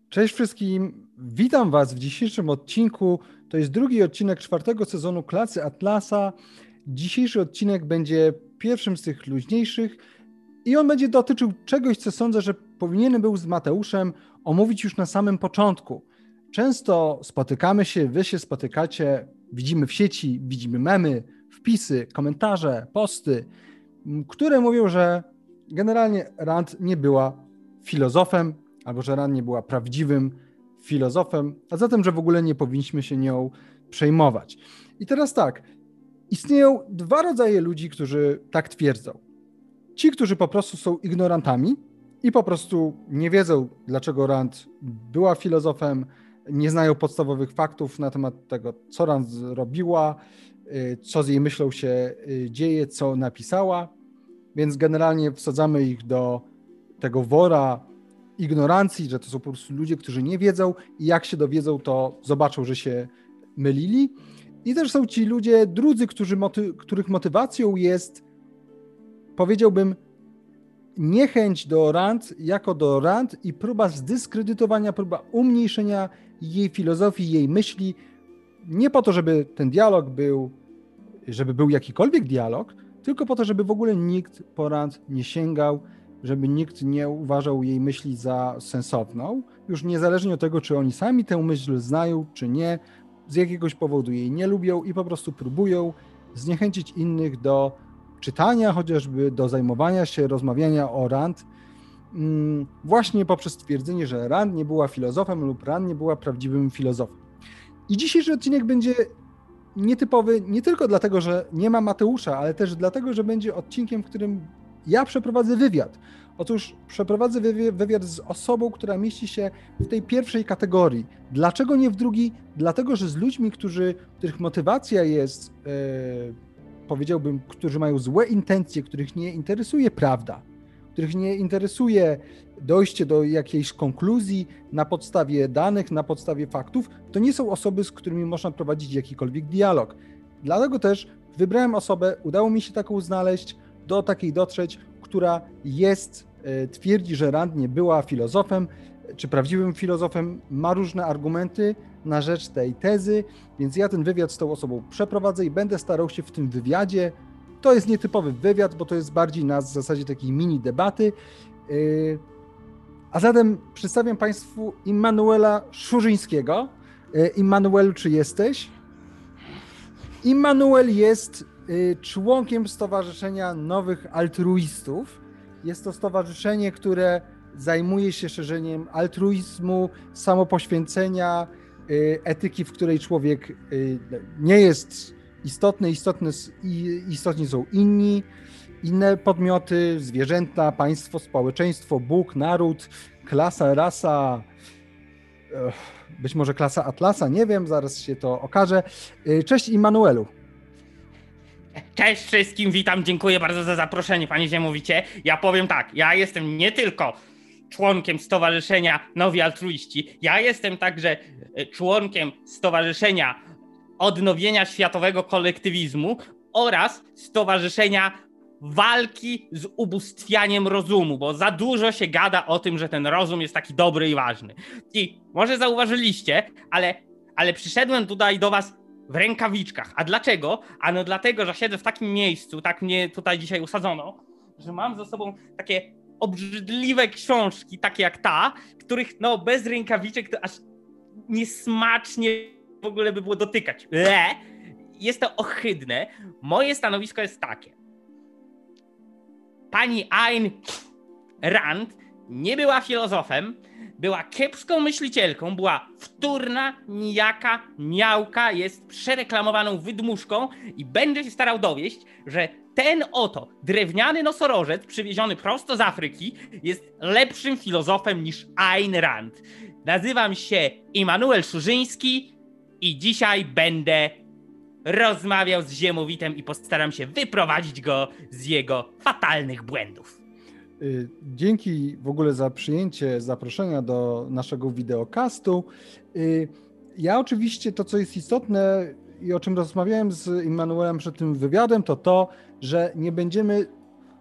Cześć wszystkim, witam Was w dzisiejszym odcinku. To jest drugi odcinek czwartego sezonu Klasy Atlasa. Dzisiejszy odcinek będzie pierwszym z tych luźniejszych i on będzie dotyczył czegoś, co sądzę, że powinienem był z Mateuszem omówić już na samym początku. Często spotykamy się, Wy się spotykacie, widzimy w sieci, widzimy memy, wpisy, komentarze, posty, które mówią, że generalnie Rand nie była filozofem, albo że Rand nie była prawdziwym filozofem, a zatem, że w ogóle nie powinniśmy się nią przejmować. I teraz tak, istnieją dwa rodzaje ludzi, którzy tak twierdzą. Ci, którzy po prostu są ignorantami i po prostu nie wiedzą, dlaczego Rand była filozofem, nie znają podstawowych faktów na temat tego, co Rand robiła, co z jej myślą się dzieje, co napisała, więc generalnie wsadzamy ich do tego wora ignorancji, że to są po prostu ludzie, którzy nie wiedzą i jak się dowiedzą, to zobaczą, że się mylili. I też są ci ludzie drudzy, których motywacją jest, powiedziałbym, niechęć do Rand jako do Rand i próba zdyskredytowania, próba umniejszenia jej filozofii, jej myśli, nie po to, żeby ten dialog był, żeby był jakikolwiek dialog, tylko po to, żeby w ogóle nikt po Rand nie sięgał, żeby nikt nie uważał jej myśli za sensowną, już niezależnie od tego, czy oni sami tę myśl znają, czy nie, z jakiegoś powodu jej nie lubią i po prostu próbują zniechęcić innych do czytania, chociażby do zajmowania się, rozmawiania o Rand, właśnie poprzez stwierdzenie, że Rand nie była filozofem lub Rand nie była prawdziwym filozofem. I dzisiejszy odcinek będzie nietypowy nie tylko dlatego, że nie ma Mateusza, ale też dlatego, że będzie odcinkiem, w którym ja przeprowadzę wywiad. Otóż przeprowadzę wywiad z osobą, która mieści się w tej pierwszej kategorii. Dlaczego nie w drugiej? Dlatego, że z ludźmi, których motywacja jest, powiedziałbym, którzy mają złe intencje, których nie interesuje prawda, których nie interesuje dojście do jakiejś konkluzji na podstawie danych, na podstawie faktów, to nie są osoby, z którymi można prowadzić jakikolwiek dialog. Dlatego też wybrałem osobę, udało mi się taką znaleźć, do takiej dotrzeć, która twierdzi, że Rand nie była filozofem, czy prawdziwym filozofem, ma różne argumenty na rzecz tej tezy, więc ja ten wywiad z tą osobą przeprowadzę i będę starał się w tym wywiadzie, to jest nietypowy wywiad, bo to jest bardziej na zasadzie takiej mini debaty, a zatem przedstawiam Państwu Immanuela Szurzyńskiego. Immanuelu, czy jesteś? Immanuel jest członkiem Stowarzyszenia Nowych Altruistów. Jest to stowarzyszenie, które zajmuje się szerzeniem altruizmu, samopoświęcenia, etyki, w której człowiek nie jest istotny, istotni są inni, inne podmioty, zwierzęta, państwo, społeczeństwo, Bóg, naród, klasa, rasa, być może klasa Atlasa, nie wiem, zaraz się to okaże. Cześć Immanuelu. Cześć wszystkim, witam, dziękuję bardzo za zaproszenie, panie Ziemowite. Ja powiem tak, ja jestem nie tylko członkiem Stowarzyszenia Nowi Altruiści, ja jestem także członkiem Stowarzyszenia Odnowienia Światowego Kolektywizmu oraz Stowarzyszenia Walki z Ubóstwianiem Rozumu, bo za dużo się gada o tym, że ten rozum jest taki dobry i ważny. I może zauważyliście, ale przyszedłem tutaj do was w rękawiczkach. A dlaczego? Ano dlatego, że siedzę w takim miejscu, tak mnie tutaj dzisiaj usadzono, że mam ze sobą takie obrzydliwe książki, takie jak ta, których no bez rękawiczek to aż niesmacznie w ogóle by było dotykać. Jest to ohydne. Moje stanowisko jest takie. Pani Ayn Rand nie była filozofem, była kiepską myślicielką, była wtórna, nijaka, miałka, jest przereklamowaną wydmuszką i będzie się starał dowieść, że ten oto drewniany nosorożec przywieziony prosto z Afryki jest lepszym filozofem niż Ayn Rand. Nazywam się Immanuel Szurzyński i dzisiaj będę rozmawiał z Ziemowitem i postaram się wyprowadzić go z jego fatalnych błędów. Dzięki w ogóle za przyjęcie zaproszenia do naszego wideokastu. Ja oczywiście to, co jest istotne i o czym rozmawiałem z Immanuelem przed tym wywiadem, to, że nie będziemy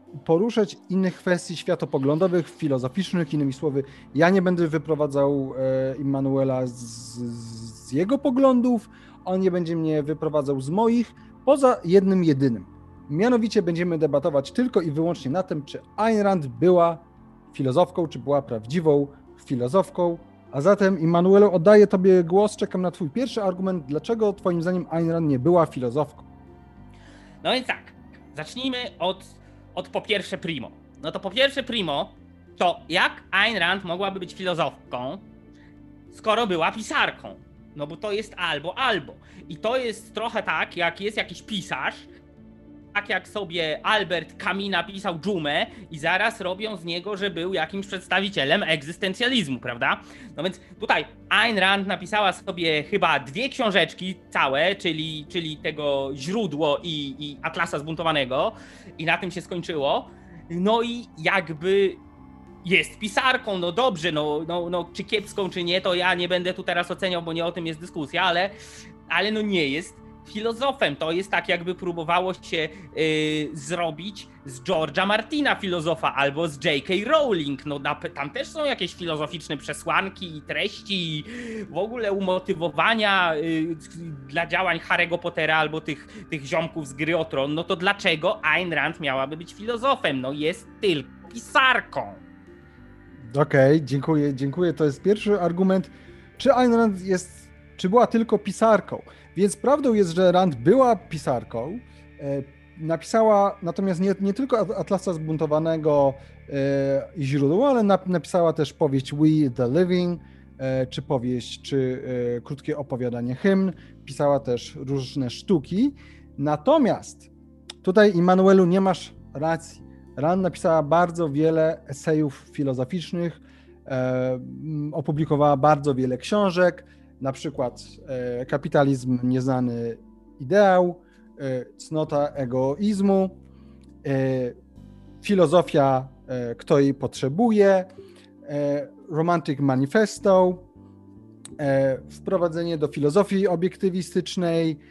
poruszać innych kwestii światopoglądowych, filozoficznych, innymi słowy, ja nie będę wyprowadzał Immanuela z jego poglądów, on nie będzie mnie wyprowadzał z moich, poza jednym jedynym. Mianowicie będziemy debatować tylko i wyłącznie na tym, czy Ayn Rand była filozofką, czy była prawdziwą filozofką. A zatem, Immanuelu, oddaję tobie głos, czekam na twój pierwszy argument, dlaczego twoim zdaniem Ayn Rand nie była filozofką. No więc tak, zacznijmy od po pierwsze primo. No to po pierwsze primo, to jak Ayn Rand mogłaby być filozofką, skoro była pisarką? No bo to jest albo. I to jest trochę tak, jak jest jakiś pisarz, tak jak sobie Albert Camus napisał Dżumę i zaraz robią z niego, że był jakimś przedstawicielem egzystencjalizmu, prawda? No więc tutaj Ayn Rand napisała sobie chyba 2 książeczki całe, czyli tego Źródło i Atlasa Zbuntowanego i na tym się skończyło. No i jakby jest pisarką, no dobrze, no czy kiepską, czy nie, to ja nie będę tu teraz oceniał, bo nie o tym jest dyskusja, ale no nie jest filozofem. To jest tak, jakby próbowało się zrobić z George'a Martina filozofa albo z J.K. Rowling. No tam też są jakieś filozoficzne przesłanki i treści i w ogóle umotywowania dla działań Harry'ego Pottera albo tych ziomków z Gry o Tron. No to dlaczego Ayn Rand miałaby być filozofem? No jest tylko pisarką. Okej, dziękuję. To jest pierwszy argument. Czy Ayn Rand czy była tylko pisarką? Więc prawdą jest, że Rand była pisarką. Napisała natomiast nie tylko Atlasa Zbuntowanego i Źródło, ale napisała też powieść We the Living, czy krótkie opowiadanie Hymn. Pisała też różne sztuki. Natomiast tutaj, Immanuelu, nie masz racji. Rand napisała bardzo wiele esejów filozoficznych, opublikowała bardzo wiele książek, na przykład Kapitalizm, nieznany ideał, Cnota egoizmu, Filozofia, kto jej potrzebuje, Romantic Manifesto, Wprowadzenie do filozofii obiektywistycznej,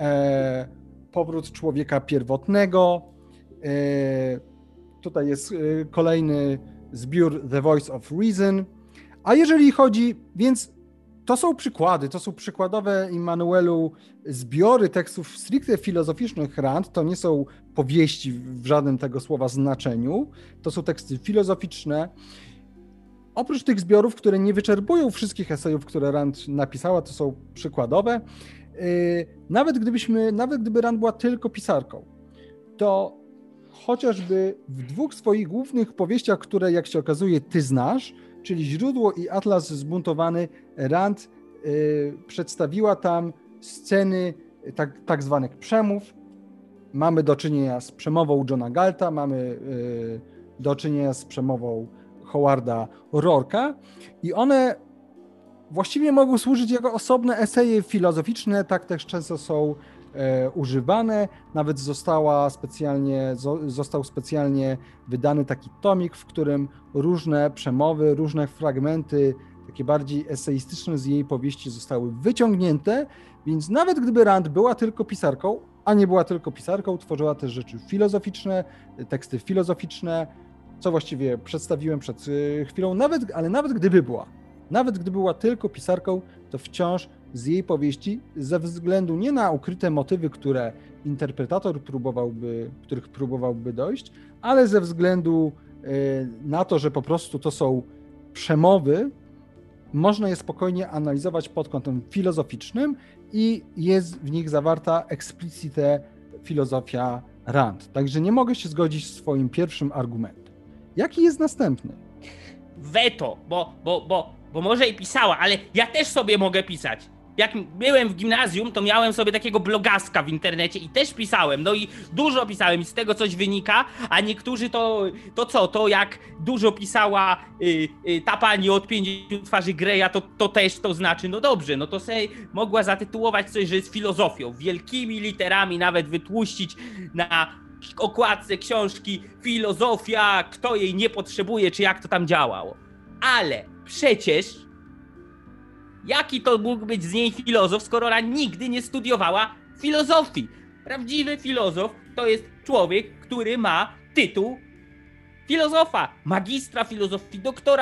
Powrót człowieka pierwotnego. Tutaj jest kolejny zbiór The Voice of Reason. A jeżeli chodzi, więc to są przykłady, to są przykładowe, Immanuelu, zbiory tekstów stricte filozoficznych Rand, to nie są powieści w żadnym tego słowa znaczeniu, to są teksty filozoficzne. Oprócz tych zbiorów, które nie wyczerpują wszystkich esejów, które Rand napisała, to są przykładowe. Nawet gdyby Rand była tylko pisarką, to chociażby w 2 swoich głównych powieściach, które, jak się okazuje, ty znasz, czyli Źródło i Atlas Zbuntowany, Rand przedstawiła tam sceny tak zwanych przemów. Mamy do czynienia z przemową Johna Galta, mamy do czynienia z przemową Howarda Rourke'a i one właściwie mogą służyć jako osobne eseje filozoficzne, tak też często są używane. Nawet został specjalnie wydany taki tomik, w którym różne przemowy, różne fragmenty, takie bardziej eseistyczne z jej powieści zostały wyciągnięte, więc nawet gdyby Rand była tylko pisarką, a nie była tylko pisarką, tworzyła też rzeczy filozoficzne, teksty filozoficzne, co właściwie przedstawiłem przed chwilą, ale nawet gdyby była tylko pisarką, to wciąż z jej powieści, ze względu nie na ukryte motywy, które interpretator których próbowałby dojść, ale ze względu na to, że po prostu to są przemowy, można je spokojnie analizować pod kątem filozoficznym i jest w nich zawarta explicite filozofia Rand. Także nie mogę się zgodzić z twoim pierwszym argumentem. Jaki jest następny? Weto, bo może i pisała, ale ja też sobie mogę pisać. Jak byłem w gimnazjum, to miałem sobie takiego blogaska w internecie i też pisałem, no i dużo pisałem i z tego coś wynika, a niektórzy to jak dużo pisała ta pani od 50 twarzy Greya, to też to znaczy, no dobrze, no to sobie mogła zatytułować coś, że jest filozofią, wielkimi literami nawet wytłuścić na okładce książki filozofia, kto jej nie potrzebuje, czy jak to tam działało. Ale przecież jaki to mógł być z niej filozof, skoro ona nigdy nie studiowała filozofii? Prawdziwy filozof to jest człowiek, który ma tytuł filozofa, magistra filozofii,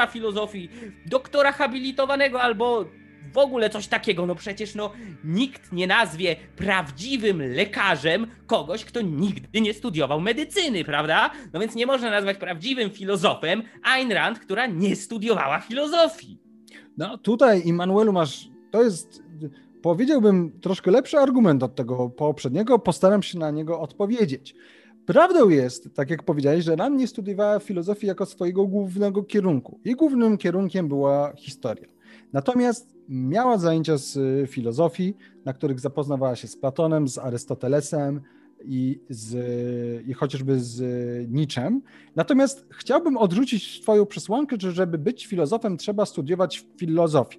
doktora habilitowanego albo w ogóle coś takiego. No przecież nikt nie nazwie prawdziwym lekarzem kogoś, kto nigdy nie studiował medycyny, prawda? No więc nie można nazwać prawdziwym filozofem Ayn Rand, która nie studiowała filozofii. No tutaj, Immanuelu, to jest, powiedziałbym, troszkę lepszy argument od tego poprzedniego, postaram się na niego odpowiedzieć. Prawdą jest, tak jak powiedziałeś, że Rand nie studiowała filozofii jako swojego głównego kierunku. Jej głównym kierunkiem była historia. Natomiast miała zajęcia z filozofii, na których zapoznawała się z Platonem, z Arystotelesem i chociażby z Nietzschem. Natomiast chciałbym odrzucić twoją przesłankę, że żeby być filozofem, trzeba studiować filozofię.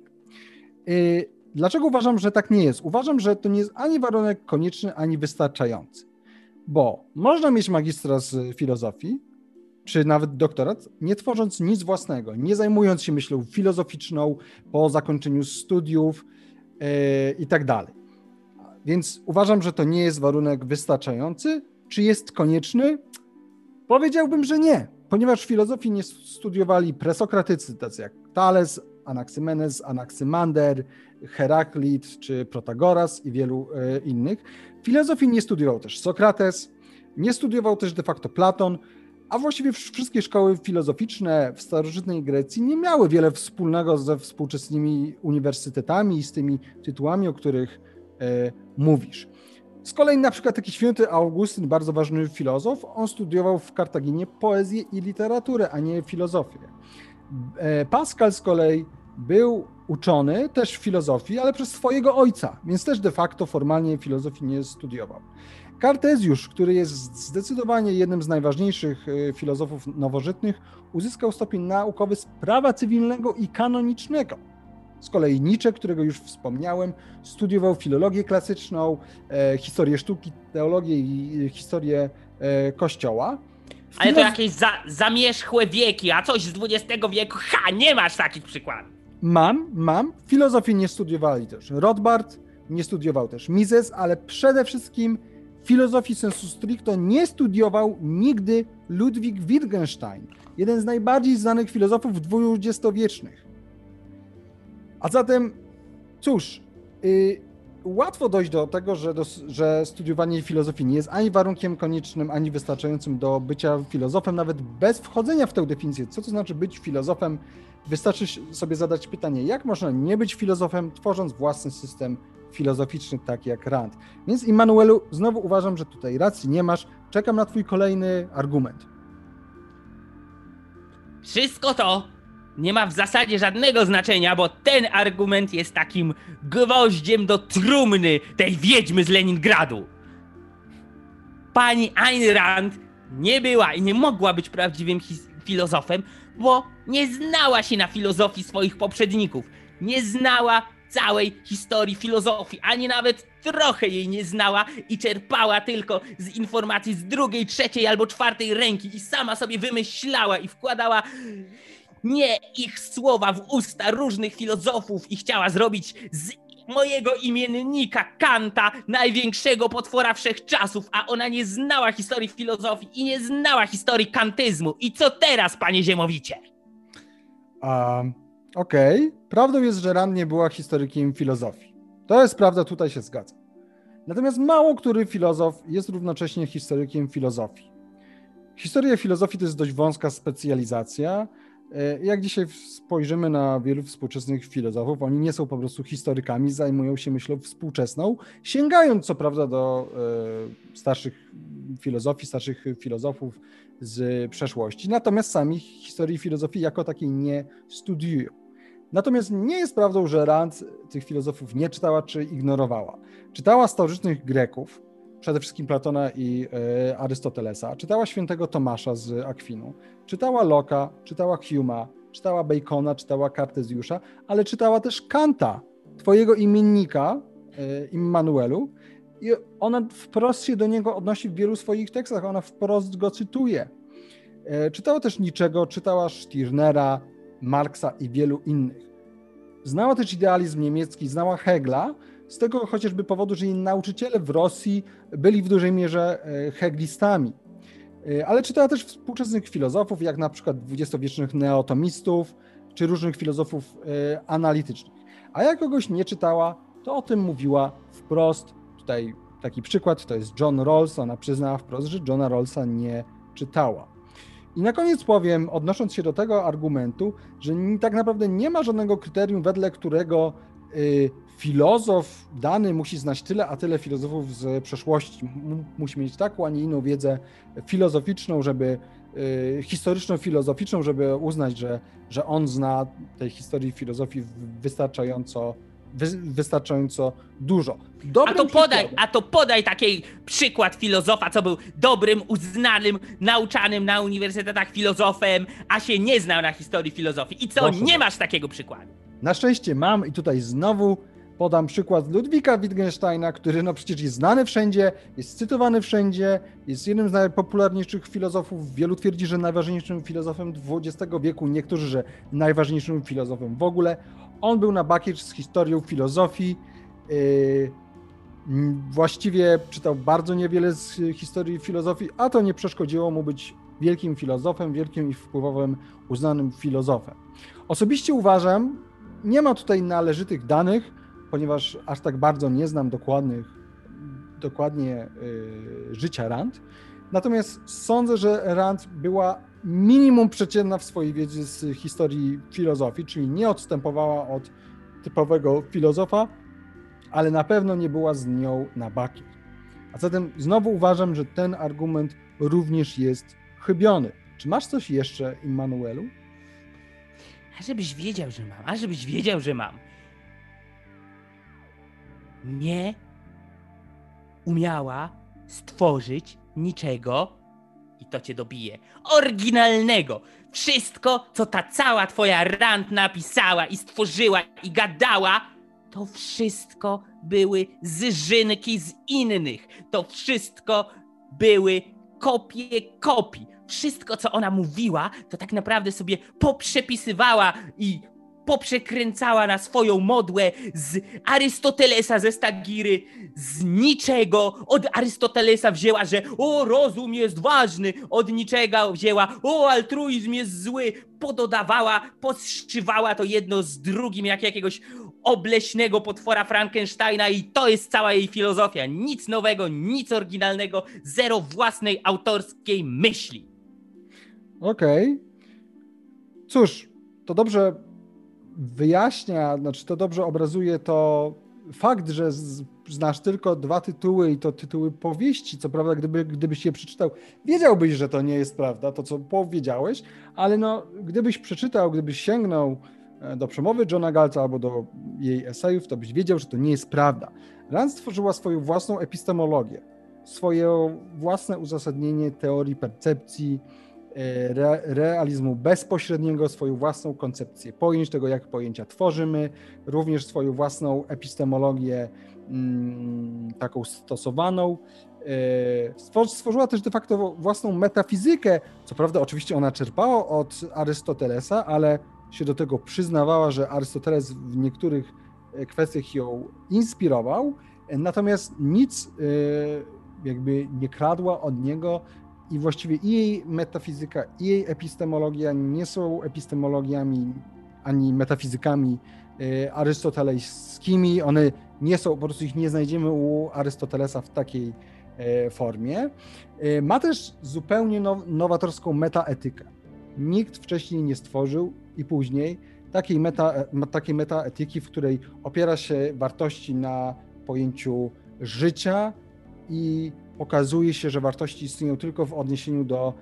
Dlaczego uważam, że tak nie jest? Uważam, że to nie jest ani warunek konieczny, ani wystarczający. Bo można mieć magistra z filozofii, czy nawet doktorat, nie tworząc nic własnego, nie zajmując się myślą filozoficzną po zakończeniu studiów i tak dalej. Więc uważam, że to nie jest warunek wystarczający. Czy jest konieczny? Powiedziałbym, że nie, ponieważ filozofii nie studiowali presokratycy, tacy jak Thales, Anaksymenes, Anaksymander, Heraklit czy Protagoras i wielu innych. Filozofii nie studiował też Sokrates, nie studiował też de facto Platon, a właściwie wszystkie szkoły filozoficzne w starożytnej Grecji nie miały wiele wspólnego ze współczesnymi uniwersytetami i z tymi tytułami, o których mówisz. Z kolei na przykład taki święty Augustyn, bardzo ważny filozof, on studiował w Kartaginie poezję i literaturę, a nie filozofię. Pascal z kolei był uczony też w filozofii, ale przez swojego ojca, więc też de facto formalnie filozofii nie studiował. Kartezjusz, który jest zdecydowanie jednym z najważniejszych filozofów nowożytnych, uzyskał stopień naukowy z prawa cywilnego i kanonicznego. Z kolei Nietzsche, którego już wspomniałem, studiował filologię klasyczną, historię sztuki, teologię i historię Kościoła. Ale to jakieś zamierzchłe wieki, a coś z XX wieku, nie masz takich przykładów. Mam. Filozofię nie studiowali też Rothbard, nie studiował też Mises, ale przede wszystkim filozofii sensu stricto nie studiował nigdy Ludwig Wittgenstein, jeden z najbardziej znanych filozofów dwudziestowiecznych. A zatem, cóż, łatwo dojść do tego, że studiowanie filozofii nie jest ani warunkiem koniecznym, ani wystarczającym do bycia filozofem, nawet bez wchodzenia w tę definicję. Co to znaczy być filozofem? Wystarczy sobie zadać pytanie, jak można nie być filozofem, tworząc własny system filozoficzny, taki jak Rand. Więc Immanuelu, znowu uważam, że tutaj racji nie masz. Czekam na twój kolejny argument. Wszystko to nie ma w zasadzie żadnego znaczenia, bo ten argument jest takim gwoździem do trumny tej wiedźmy z Leningradu. Pani Ayn Rand nie była i nie mogła być prawdziwym filozofem, bo nie znała się na filozofii swoich poprzedników. Nie znała całej historii filozofii, ani nawet trochę jej nie znała i czerpała tylko z informacji z drugiej, trzeciej albo czwartej ręki i sama sobie wymyślała i wkładała nie ich słowa w usta różnych filozofów i chciała zrobić z mojego imiennika Kanta największego potwora wszechczasów, a ona nie znała historii filozofii i nie znała historii kantyzmu. I co teraz, panie Ziemowicie? Okej. Prawdą jest, że Rand nie była historykiem filozofii. To jest prawda, tutaj się zgadzam. Natomiast mało który filozof jest równocześnie historykiem filozofii. Historia filozofii to jest dość wąska specjalizacja. Jak dzisiaj spojrzymy na wielu współczesnych filozofów, oni nie są po prostu historykami, zajmują się myślą współczesną, sięgając co prawda do starszych filozofów z przeszłości, natomiast sami historii filozofii jako takiej nie studiują. Natomiast nie jest prawdą, że Rand tych filozofów nie czytała czy ignorowała. Czytała starożytnych Greków, przede wszystkim Platona i Arystotelesa, czytała świętego Tomasza z Akwinu, czytała Locke'a, czytała Hume'a, czytała Bacona, czytała Kartezjusza, ale czytała też Kanta, twojego imiennika, Immanuelu, i ona wprost się do niego odnosi w wielu swoich tekstach, ona wprost go cytuje. Czytała też Nietzschego, czytała Stirnera, Marksa i wielu innych. Znała też idealizm niemiecki, znała Hegla, z tego chociażby powodu, że jej nauczyciele w Rosji byli w dużej mierze heglistami. ale czytała też współczesnych filozofów, jak na przykład dwudziestowiecznych neotomistów, czy różnych filozofów analitycznych. A jak kogoś nie czytała, to o tym mówiła wprost. Tutaj taki przykład to jest John Rawls. Ona przyznała wprost, że Johna Rawlsa nie czytała. I na koniec powiem, odnosząc się do tego argumentu, że tak naprawdę nie ma żadnego kryterium, wedle którego filozof dany musi znać tyle, a tyle filozofów z przeszłości. Musi mieć taką, a nie inną wiedzę filozoficzną, historyczno-filozoficzną, żeby uznać, że on zna tej historii filozofii wystarczająco dużo. A to podaj taki przykład filozofa, co był dobrym, uznanym, nauczanym na uniwersytetach filozofem, a się nie znał na historii filozofii. I co, proszę, nie masz takiego przykładu? Na szczęście mam i tutaj znowu podam przykład Ludwika Wittgensteina, który no przecież jest znany wszędzie, jest cytowany wszędzie, jest jednym z najpopularniejszych filozofów. Wielu twierdzi, że najważniejszym filozofem XX wieku, niektórzy, że najważniejszym filozofem w ogóle. On był na bakier z historią filozofii. Właściwie czytał bardzo niewiele z historii filozofii, a to nie przeszkodziło mu być wielkim filozofem, wielkim i wpływowym, uznanym filozofem. Osobiście uważam, nie ma tutaj należytych danych, ponieważ aż tak bardzo nie znam dokładnie życia Rand. Natomiast sądzę, że Rand była minimum przeciętna w swojej wiedzy z historii filozofii, czyli nie odstępowała od typowego filozofa, ale na pewno nie była z nią na bakier. A zatem znowu uważam, że ten argument również jest chybiony. Czy masz coś jeszcze, Immanuelu? A żebyś wiedział, że mam. Nie umiała stworzyć niczego, i to cię dobije, oryginalnego. Wszystko, co ta cała twoja Rand napisała i stworzyła i gadała, to wszystko były zżynki z innych. To wszystko były kopie kopii. Wszystko, co ona mówiła, to tak naprawdę sobie poprzepisywała i poprzekręcała na swoją modłę z Arystotelesa ze Stagiry, z niczego. Od Arystotelesa wzięła, że rozum jest ważny, od niczego wzięła, altruizm jest zły, pododawała, podszywała to jedno z drugim, jak jakiegoś obleśnego potwora Frankensteina, i to jest cała jej filozofia. Nic nowego, nic oryginalnego, zero własnej autorskiej myśli. Okej. Cóż, to dobrze wyjaśnia, to dobrze obrazuje to fakt, że znasz tylko 2 tytuły i to tytuły powieści. Co prawda, gdybyś je przeczytał, wiedziałbyś, że to nie jest prawda, to co powiedziałeś, ale gdybyś przeczytał, gdybyś sięgnął do przemowy Johna Galta albo do jej esejów, to byś wiedział, że to nie jest prawda. Rand stworzyła swoją własną epistemologię, swoje własne uzasadnienie teorii percepcji, realizmu bezpośredniego, swoją własną koncepcję pojęć, tego jak pojęcia tworzymy, również swoją własną epistemologię taką stosowaną. Stworzyła też de facto własną metafizykę. Co prawda oczywiście ona czerpała od Arystotelesa, ale się do tego przyznawała, że Arystoteles w niektórych kwestiach ją inspirował, natomiast nic jakby nie kradła od niego. I właściwie i jej metafizyka, i jej epistemologia nie są epistemologiami ani metafizykami arystoteleskimi. One nie są, po prostu ich nie znajdziemy u Arystotelesa w takiej formie. Ma też zupełnie nowatorską metaetykę. Nikt wcześniej nie stworzył i później takiej metaetyki, w której opiera się wartości na pojęciu życia i okazuje się, że wartości istnieją tylko w odniesieniu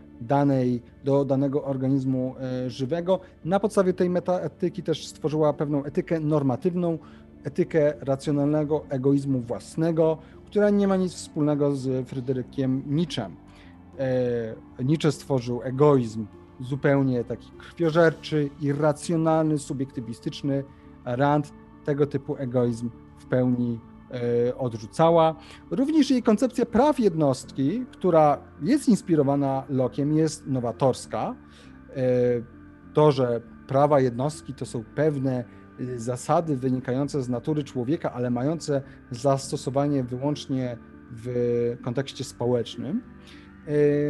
do danego organizmu żywego. Na podstawie tej metaetyki też stworzyła pewną etykę normatywną, etykę racjonalnego egoizmu własnego, która nie ma nic wspólnego z Fryderykiem Nietzschem. Nietzsche stworzył egoizm zupełnie taki krwiożerczy, irracjonalny, subiektywistyczny. Rand tego typu egoizm w pełni odrzucała. Również jej koncepcja praw jednostki, która jest inspirowana Locke'iem, jest nowatorska. To, że prawa jednostki to są pewne zasady wynikające z natury człowieka, ale mające zastosowanie wyłącznie w kontekście społecznym.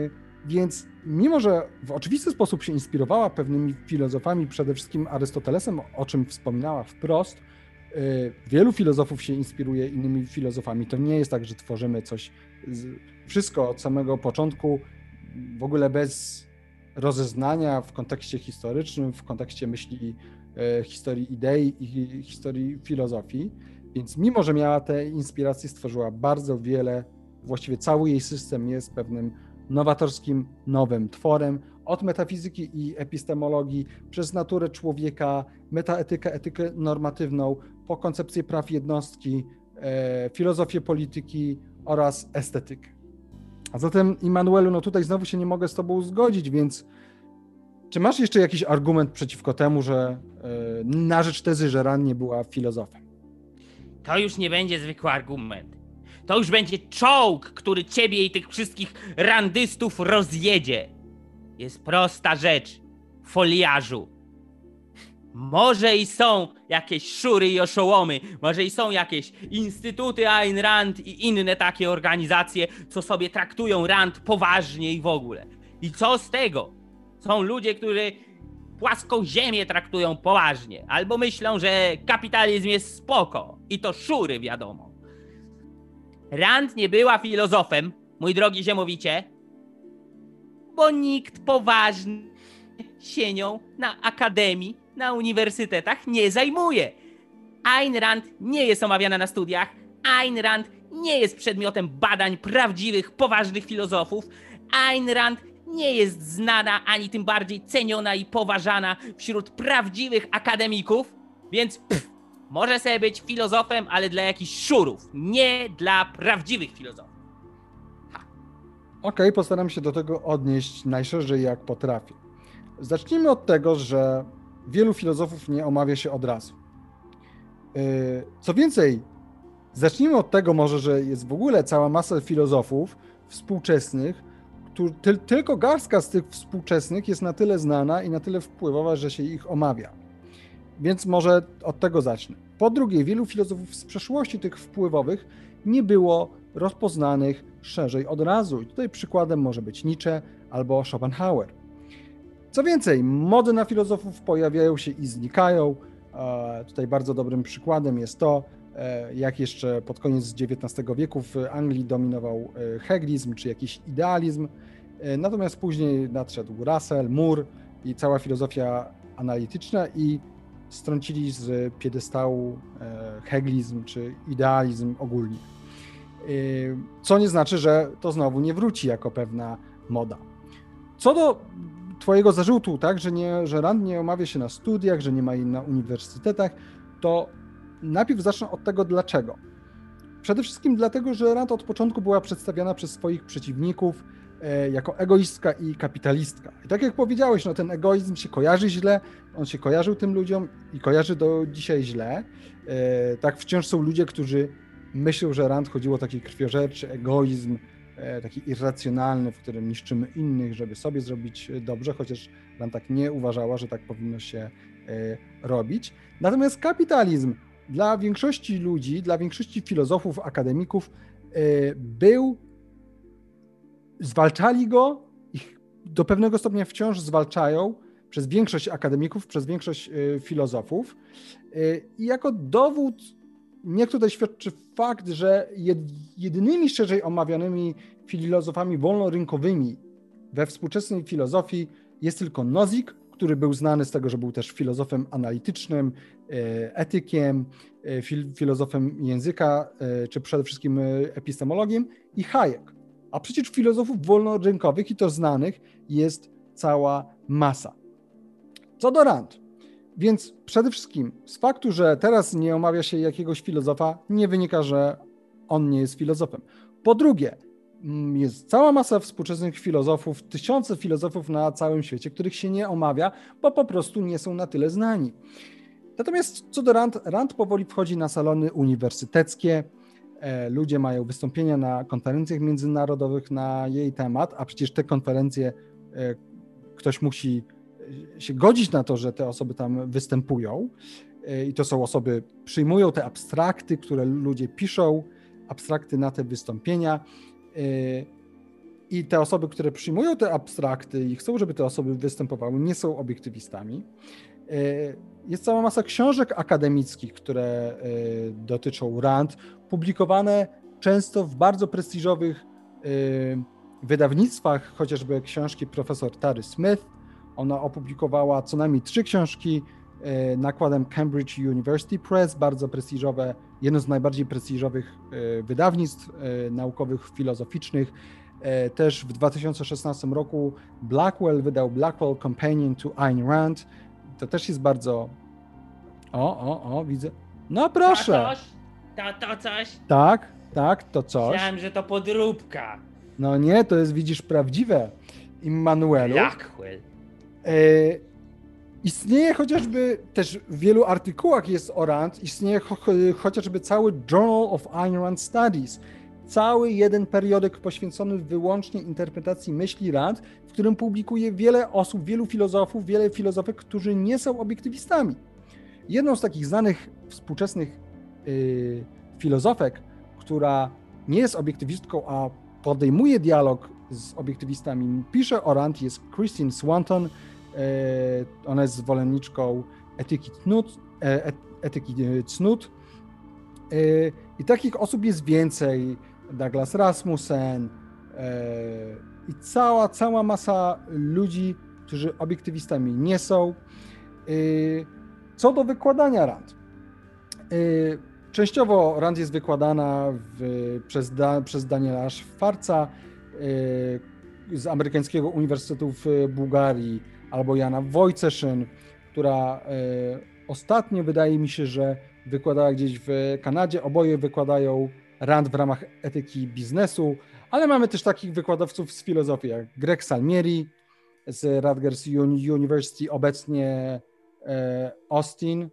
Więc mimo, że w oczywisty sposób się inspirowała pewnymi filozofami, przede wszystkim Arystotelesem, o czym wspominała wprost, wielu filozofów się inspiruje innymi filozofami. To nie jest tak, że tworzymy coś, wszystko od samego początku, w ogóle bez rozeznania w kontekście historycznym, w kontekście myśli, historii idei i historii filozofii. Więc mimo, że miała te inspiracje, stworzyła bardzo wiele, właściwie cały jej system jest pewnym nowatorskim, nowym tworem, od metafizyki i epistemologii, przez naturę człowieka, metaetykę, etykę normatywną, po koncepcję praw jednostki, filozofię polityki oraz estetykę. A zatem, Immanuelu, no tutaj znowu się nie mogę z tobą zgodzić, więc czy masz jeszcze jakiś argument przeciwko temu, że na rzecz tezy, że Rand nie była filozofem? To już nie będzie zwykły argument. To już będzie czołg, który ciebie i tych wszystkich randystów rozjedzie. Jest prosta rzecz, foliarzu. Może i są jakieś szury i oszołomy, może i są jakieś instytuty Ayn Rand i inne takie organizacje, co sobie traktują Rand poważnie i w ogóle. I co z tego? Są ludzie, którzy płaską ziemię traktują poważnie, albo myślą, że kapitalizm jest spoko. I to szury, wiadomo. Rand nie była filozofem, mój drogi ziemowicie, bo nikt poważny się nią na akademii, na uniwersytetach nie zajmuje. Ayn Rand nie jest omawiana na studiach, Ayn Rand nie jest przedmiotem badań prawdziwych, poważnych filozofów, Ayn Rand nie jest znana, ani tym bardziej ceniona i poważana wśród prawdziwych akademików, więc może sobie być filozofem, ale dla jakichś szurów, nie dla prawdziwych filozofów. Okej, postaram się do tego odnieść najszerzej jak potrafię. Zacznijmy od tego, że wielu filozofów nie omawia się od razu. Co więcej, zacznijmy od tego może, że jest w ogóle cała masa filozofów współczesnych, tylko garstka z tych współczesnych jest na tyle znana i na tyle wpływowa, że się ich omawia. Więc może od tego zacznę. Po drugie, wielu filozofów z przeszłości tych wpływowych nie było rozpoznanych szerzej od razu. I tutaj przykładem może być Nietzsche albo Schopenhauer. Co więcej, mody na filozofów pojawiają się i znikają. Tutaj bardzo dobrym przykładem jest to, jak jeszcze pod koniec XIX wieku w Anglii dominował hegelizm czy jakiś idealizm. Natomiast później nadszedł Russell, Moore i cała filozofia analityczna i strącili z piedestału hegelizm czy idealizm ogólnie. Co nie znaczy, że to znowu nie wróci jako pewna moda. Co do twojego zarzutu, tak, że Rand nie omawia się na studiach, że nie ma jej na uniwersytetach, to najpierw zacznę od tego dlaczego. Przede wszystkim dlatego, że Rand od początku była przedstawiana przez swoich przeciwników jako egoistka i kapitalistka. I tak jak powiedziałeś, no ten egoizm się kojarzy źle, on się kojarzył tym ludziom i kojarzy do dzisiaj źle. Tak wciąż są ludzie, którzy myślą, że Rand chodziło o taki krwiożerczy egoizm, taki irracjonalny, w którym niszczymy innych, żeby sobie zrobić dobrze, chociaż Rand tak nie uważała, że tak powinno się robić. Natomiast kapitalizm dla większości ludzi, dla większości filozofów, akademików zwalczali go i do pewnego stopnia wciąż zwalczają przez większość akademików, przez większość filozofów. I jako dowód niech tutaj świadczy fakt, że jedynymi szerzej omawianymi filozofami wolnorynkowymi we współczesnej filozofii jest tylko Nozick, który był znany z tego, że był też filozofem analitycznym, etykiem, filozofem języka, czy przede wszystkim epistemologiem, i Hayek. A przecież filozofów wolnorynkowych, i to znanych, jest cała masa. Co do Rand. Więc przede wszystkim z faktu, że teraz nie omawia się jakiegoś filozofa, nie wynika, że on nie jest filozofem. Po drugie, jest cała masa współczesnych filozofów, tysiące filozofów na całym świecie, których się nie omawia, bo po prostu nie są na tyle znani. Natomiast co do Rand powoli wchodzi na salony uniwersyteckie, ludzie mają wystąpienia na konferencjach międzynarodowych na jej temat, a przecież te konferencje ktoś musi się godzić na to, że te osoby tam występują i to są osoby, przyjmują te abstrakty, które ludzie piszą, abstrakty na te wystąpienia. i te osoby, które przyjmują te abstrakty i chcą, żeby te osoby występowały, nie są obiektywistami. Jest cała masa książek akademickich, które dotyczą Rand, publikowane często w bardzo prestiżowych wydawnictwach, chociażby książki profesor Tary Smith. Ona opublikowała co najmniej 3 książki nakładem Cambridge University Press, bardzo prestiżowe, jedno z najbardziej prestiżowych wydawnictw naukowych, filozoficznych. Też w 2016 roku Blackwell wydał Blackwell Companion to Ayn Rand. To też jest bardzo... widzę. No proszę. To coś? Tak, to coś. Myślałem, że to podróbka. No nie, to jest, widzisz, prawdziwe. Immanuelu. Blackwell. Istnieje chociażby, też w wielu artykułach jest o Rand, istnieje chociażby cały Journal of Ayn Rand Studies, cały jeden periodyk poświęcony wyłącznie interpretacji myśli Rand, w którym publikuje wiele osób, wielu filozofów, wiele filozofek, którzy nie są obiektywistami. Jedną z takich znanych współczesnych filozofek, która nie jest obiektywistką, a podejmuje dialog z obiektywistami, pisze o Rand, jest Christine Swanton. Ona jest zwolenniczką etyki cnót. I takich osób jest więcej. Douglas Rasmussen i cała masa ludzi, którzy obiektywistami nie są. Co do wykładania Rand. Częściowo Rand jest wykładana przez Daniela Schwarza z amerykańskiego Uniwersytetu w Bułgarii, albo Jana Wojceszyn, która ostatnio wydaje mi się, że wykładała gdzieś w Kanadzie. Oboje wykładają Rand w ramach etyki biznesu, ale mamy też takich wykładowców z filozofii jak Greg Salmieri z Rutgers University, obecnie Austin,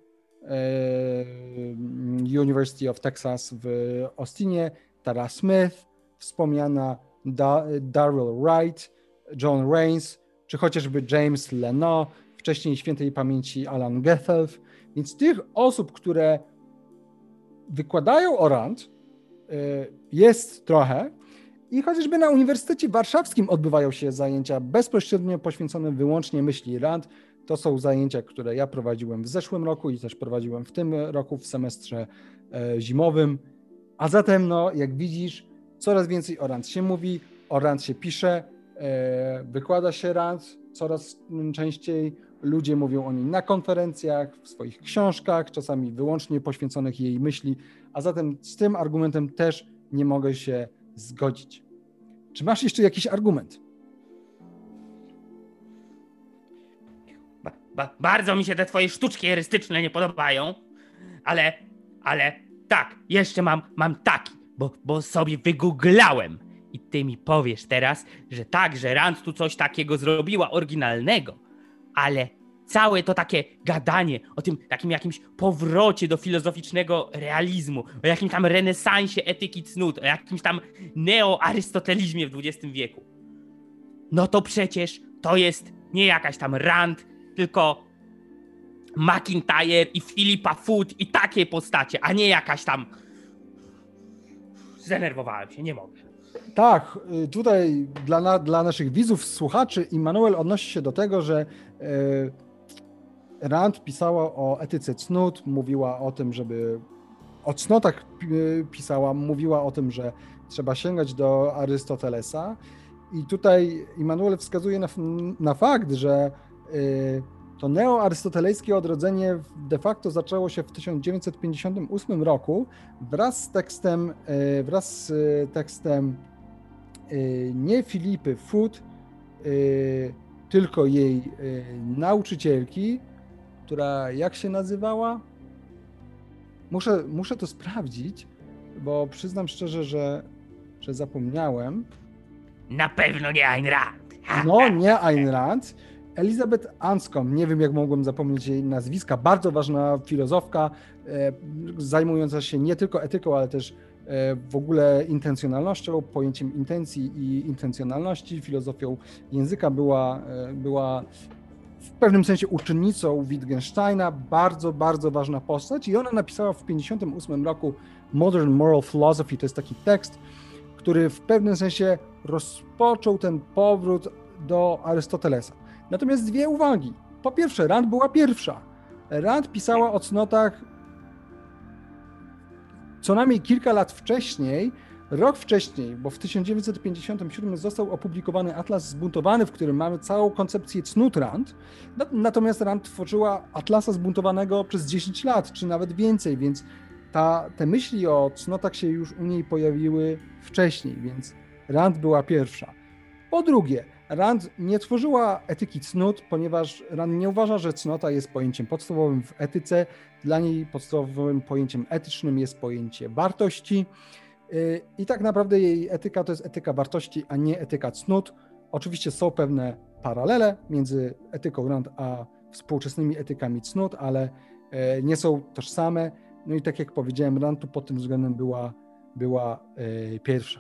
University of Texas w Austinie, Tara Smith, wspomniana Darrell Wright, John Rains, czy chociażby James Leno, wcześniej świętej pamięci Alan Gethelf. Więc tych osób, które wykładają o Rand, jest trochę i chociażby na Uniwersytecie Warszawskim odbywają się zajęcia bezpośrednio poświęcone wyłącznie myśli Rand. To są zajęcia, które ja prowadziłem w zeszłym roku i też prowadziłem w tym roku w semestrze zimowym. A zatem, no, jak widzisz, coraz więcej o Rand się mówi, o Rand się pisze, wykłada się Rand coraz częściej. Ludzie mówią o niej na konferencjach, w swoich książkach, czasami wyłącznie poświęconych jej myśli, a zatem z tym argumentem też nie mogę się zgodzić. Czy masz jeszcze jakiś argument? Bardzo mi się te twoje sztuczki erystyczne nie podobają, ale tak, jeszcze mam taki, bo sobie wygooglałem i ty mi powiesz teraz, że tak, że Rand tu coś takiego zrobiła oryginalnego, ale całe to takie gadanie o tym takim jakimś powrocie do filozoficznego realizmu, o jakimś tam renesansie etyki cnót, o jakimś tam neoarystotelizmie w XX wieku. No to przecież to jest nie jakaś tam Rand, tylko McIntyre i Philippa Foot i takie postacie, a nie jakaś tam... Zdenerwowałem się, nie mogę. Tak, tutaj dla naszych widzów, słuchaczy, Immanuel odnosi się do tego, że Rand pisała o etyce cnót, mówiła o tym, żeby o cnotach pisała, mówiła o tym, że trzeba sięgać do Arystotelesa i tutaj Immanuel wskazuje na fakt, że to neoarystotelejskie odrodzenie de facto zaczęło się w 1958 roku wraz z tekstem nie Philippy Foot, tylko jej nauczycielki, która jak się nazywała? Muszę to sprawdzić, bo przyznam szczerze, że zapomniałem. Na pewno nie Ayn Rand. No, nie Ayn Rand. Elizabeth Anscombe, nie wiem jak mogłem zapomnieć jej nazwiska, bardzo ważna filozofka, zajmująca się nie tylko etyką, ale też w ogóle intencjonalnością, pojęciem intencji i intencjonalności, filozofią języka, była w pewnym sensie uczennicą Wittgensteina, bardzo, bardzo ważna postać i ona napisała w 1958 roku Modern Moral Philosophy, to jest taki tekst, który w pewnym sensie rozpoczął ten powrót do Arystotelesa. Natomiast dwie uwagi. Po pierwsze, Rand była pierwsza. Rand pisała o cnotach co najmniej kilka lat wcześniej, rok wcześniej, bo w 1957 został opublikowany Atlas Zbuntowany, w którym mamy całą koncepcję cnót Rand. Natomiast Rand tworzyła Atlasa Zbuntowanego przez 10 lat, czy nawet więcej, więc te myśli o cnotach się już u niej pojawiły wcześniej, więc Rand była pierwsza. Po drugie, Rand nie tworzyła etyki cnót, ponieważ Rand nie uważa, że cnota jest pojęciem podstawowym w etyce. Dla niej podstawowym pojęciem etycznym jest pojęcie wartości i tak naprawdę jej etyka to jest etyka wartości, a nie etyka cnót. Oczywiście są pewne paralele między etyką Rand a współczesnymi etykami cnót, ale nie są tożsame. No i tak jak powiedziałem, Rand tu pod tym względem była pierwsza.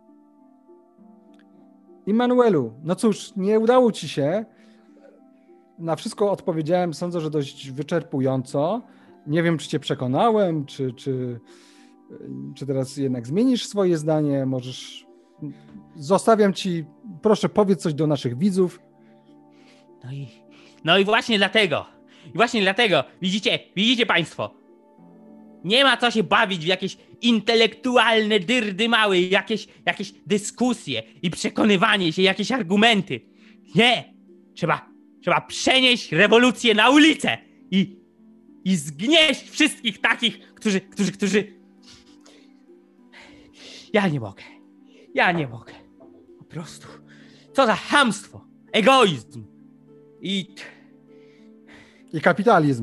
Immanuelu, no cóż, nie udało ci się. Na wszystko odpowiedziałem, sądzę, że dość wyczerpująco. Nie wiem, czy cię przekonałem, czy teraz jednak zmienisz swoje zdanie. Możesz... Zostawiam ci, proszę, powiedz coś do naszych widzów. No i właśnie dlatego, widzicie państwo, nie ma co się bawić w jakieś intelektualne dyrdymały, jakieś dyskusje i przekonywanie się, jakieś argumenty. Nie! Trzeba przenieść rewolucję na ulicę i zgnieść wszystkich takich, którzy... Ja nie mogę. Po prostu. Co za chamstwo, egoizm i kapitalizm.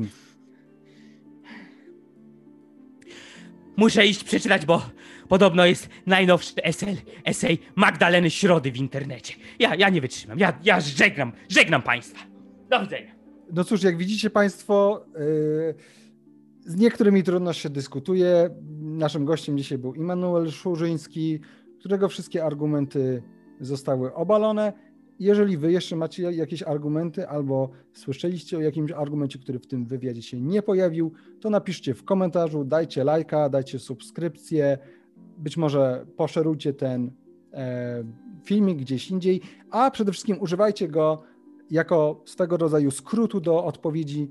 Muszę iść przeczytać, bo podobno jest najnowszy esej Magdaleny Środy w internecie. Ja nie wytrzymam. Ja żegnam państwa. Do widzenia. No cóż, jak widzicie państwo, z niektórymi trudno się dyskutuje. Naszym gościem dzisiaj był Immanuel Szurzyński, którego wszystkie argumenty zostały obalone. Jeżeli wy jeszcze macie jakieś argumenty albo słyszeliście o jakimś argumencie, który w tym wywiadzie się nie pojawił, to napiszcie w komentarzu, dajcie lajka, dajcie subskrypcję, być może poszerujcie ten filmik gdzieś indziej, a przede wszystkim używajcie go jako swego rodzaju skrótu do odpowiedzi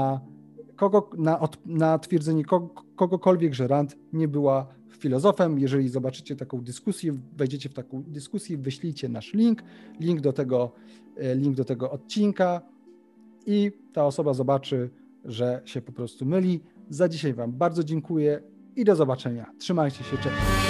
na twierdzenie kogokolwiek, że Rand nie była filozofem. Jeżeli zobaczycie taką dyskusję, wejdziecie w taką dyskusję, wyślijcie nasz link do tego odcinka i ta osoba zobaczy, że się po prostu myli. Za dzisiaj wam bardzo dziękuję i do zobaczenia. Trzymajcie się, cześć.